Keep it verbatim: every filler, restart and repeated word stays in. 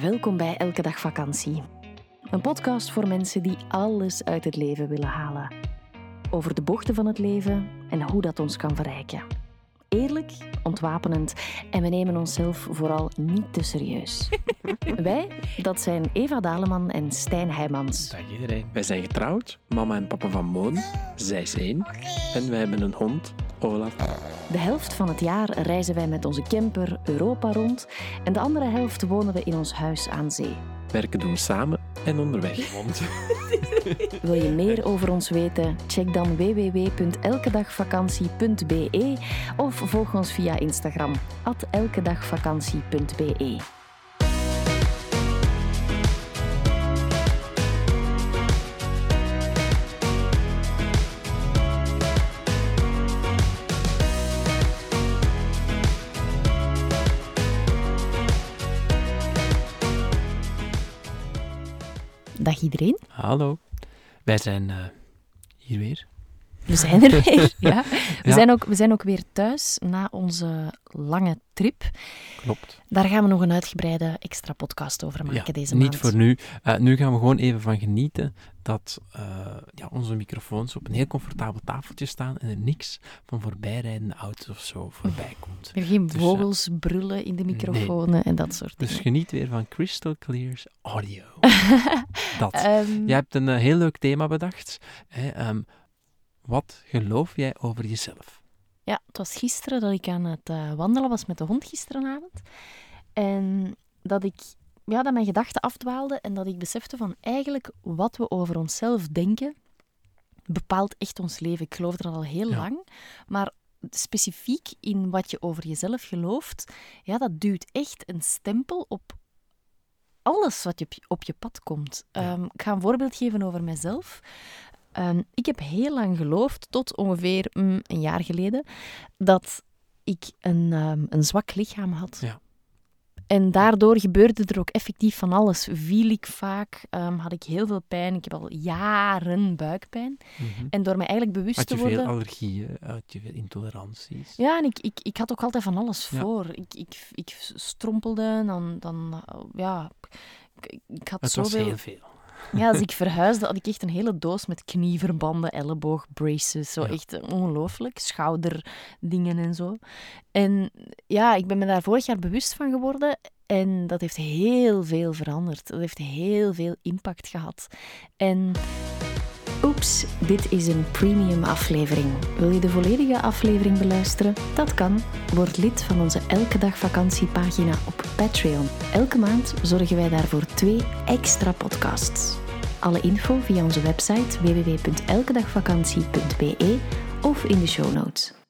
Welkom bij Elke Dag Vakantie. Een podcast voor mensen die alles uit het leven willen halen. Over de bochten van het leven en hoe dat ons kan verrijken. Eerlijk, ontwapenend en we nemen onszelf vooral niet te serieus. Wij, dat zijn Eva Daleman en Stijn Heijmans. Dag iedereen. Wij zijn getrouwd, mama en papa van Moon. Zij is één. En wij hebben een hond, Olaf. De helft van het jaar reizen wij met onze camper Europa rond en de andere helft wonen we in ons huis aan zee. Werken doen we samen en onderweg. Wil je meer over ons weten? Check dan w w w punt elkedagvakantie punt b e of volg ons via Instagram at elkedagvakantie punt b e. Dag iedereen. Hallo. Wij zijn uh, hier weer. We zijn er weer, ja. We, ja. Zijn ook, we zijn ook weer thuis na onze lange trip. Klopt. Daar gaan we nog een uitgebreide extra podcast over maken ja, deze niet maand. Niet voor nu. Uh, nu gaan we gewoon even van genieten dat uh, ja, onze microfoons op een heel comfortabel tafeltje staan en er niks van voorbijrijdende auto's of zo voorbij komt. Er geen dus, vogels uh, brullen in de microfoons nee. en dat soort dingen. Dus geniet weer van Crystal Clear's audio. dat. Um, Jij hebt een uh, heel leuk thema bedacht. Hè, um, Wat geloof jij over jezelf? Ja, het was gisteren dat ik aan het uh, wandelen was met de hond gisteravond. En dat ik, ja, dat mijn gedachten afdwaalden en dat ik besefte van eigenlijk wat we over onszelf denken, bepaalt echt ons leven. Ik geloof er al heel ja. lang. Maar specifiek in wat je over jezelf gelooft, ja, dat duwt echt een stempel op alles wat je op, je, op je pad komt. Ja. Um, ik ga een voorbeeld geven over mezelf. Um, ik heb heel lang geloofd, tot ongeveer mm, een jaar geleden, dat ik een, um, een zwak lichaam had. Ja. En daardoor gebeurde er ook effectief van alles. Viel ik vaak, um, had ik heel veel pijn. Ik heb al jaren buikpijn. Mm-hmm. En door mij eigenlijk bewust had je te worden... veel allergieën? Had je veel intoleranties? Ja, en ik, ik, ik had ook altijd van alles ja. voor. Ik, ik, ik strompelde, dan... dan ja, ik, ik had Het zoveel... was heel veel. Ja, als ik verhuisde, had ik echt een hele doos met knieverbanden, elleboogbraces. Zo ja. Echt ongelooflijk. Schouderdingen en zo. En ja, ik ben me daar vorig jaar bewust van geworden. En dat heeft heel veel veranderd. Dat heeft heel veel impact gehad. En... Oeps, dit is een premium aflevering. Wil je de volledige aflevering beluisteren? Dat kan. Word lid van onze Elke Dag Vakantiepagina op Patreon. Elke maand zorgen wij daarvoor twee extra podcasts. Alle info via onze website w w w punt elkedagvakantie punt b e of in de show notes.